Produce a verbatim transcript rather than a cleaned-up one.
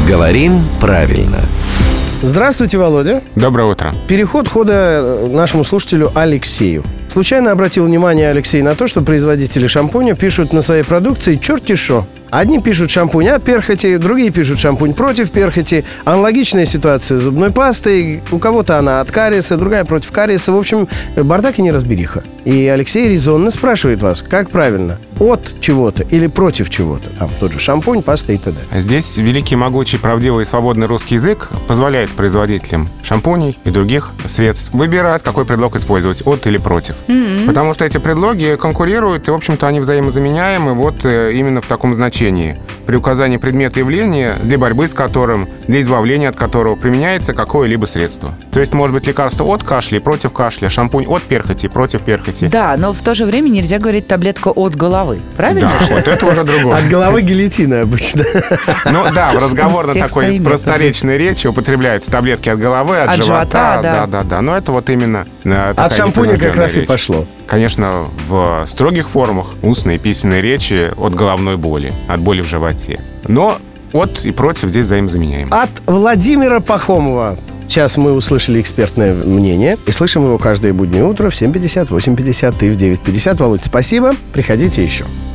Говорим правильно. Здравствуйте, Володя. Доброе утро. Переход хода нашему слушателю Алексею. Случайно обратил внимание Алексей на то, что производители шампуня пишут на своей продукции черти шо. Одни пишут шампунь от перхоти, другие пишут шампунь против перхоти. Аналогичная ситуация с зубной пастой. У кого-то она от кариеса, другая против кариеса. В общем, бардак и неразбериха. И Алексей резонно спрашивает вас, как правильно? От чего-то или против чего-то? Там тот же шампунь, паста и т.д. Здесь великий, могучий, правдивый и свободный русский язык позволяет производителям шампуней и других средств выбирать, какой предлог использовать, от или против. Mm-hmm. Потому что эти предлоги конкурируют, и, в общем-то, они взаимозаменяемы вот именно в таком значении. При указании предмета явления, для борьбы с которым, для избавления от которого применяется какое-либо средство. То есть, может быть, лекарство от кашля и против кашля, шампунь от перхоти и против перхоти. Да, но в то же время нельзя говорить таблетка от головы. Правильно? Да, вот это уже другое. От головы гильотина обычно. Ну да, в разговорно такой просторечной речи употребляются таблетки от головы, от, от живота. живота. Да, да, да. Но это вот именно от шампуня как раз и пошло. Конечно, в строгих формах устной и письменной речи от головной боли, от боли в животе. Но от и против здесь взаимозаменяемы. От Владимира Пахомова. Сейчас мы услышали экспертное мнение и слышим его каждое буднее утро в семь пятьдесят, восемь пятьдесят и в девять пятьдесят. Володь, спасибо. Приходите еще.